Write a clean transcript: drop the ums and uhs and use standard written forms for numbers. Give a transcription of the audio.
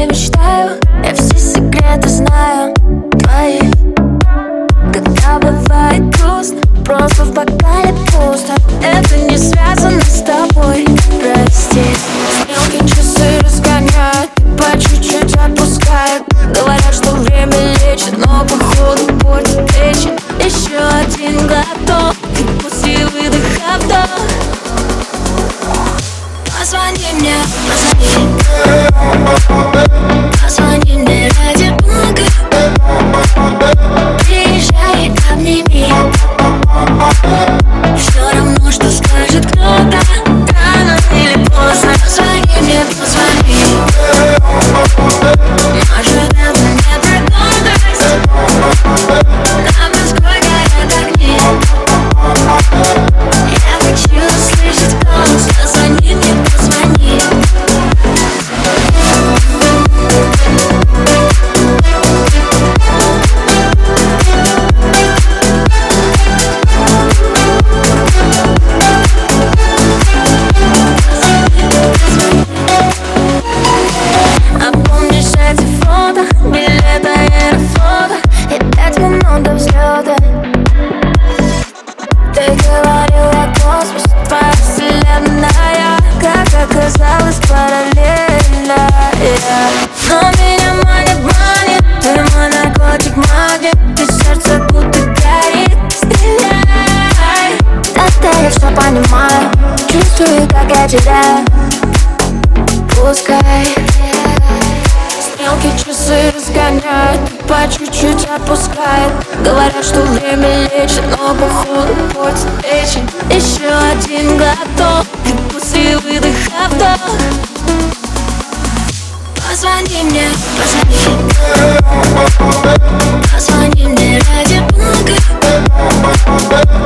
тебе мечтаю, я все секреты знаю твои. Когда бывает грустно, просто в бокале пусто. Это не связано с тобой, прости. Стрелки часы разгоняют, по чуть-чуть отпускают. Говорят, что время лечит, но походу портит речи. Еще один глоток, и после выдоха вдох. Позвони мне, позвони. Позвони мне ради бога. Приезжай, обними. Все равно, что скажет кто-то, рано или поздно. Позвони мне, позвони. Может, это не трудность. На Москве горят огни. Я хочу услышать голос. Позвони мне, позвони. А помнишь эти фото, билеты аэрофлота и 5 минут до взлета? Ты говорила, космос, твоя вселенная, как оказалось, параллельно. Но меня манит, ты мой наркотик, магнит. И сердце будто горит, стреляй. Тогда я все понимаю, чувствую, как я теряю. Пускай стрелки часы разгоняют, по чуть-чуть отпускает. Говорят, что время лечит, но походу портит печень. Еще один глоток, и после выдоха вдох. Позвони мне, позвони. Позвони мне ради бога.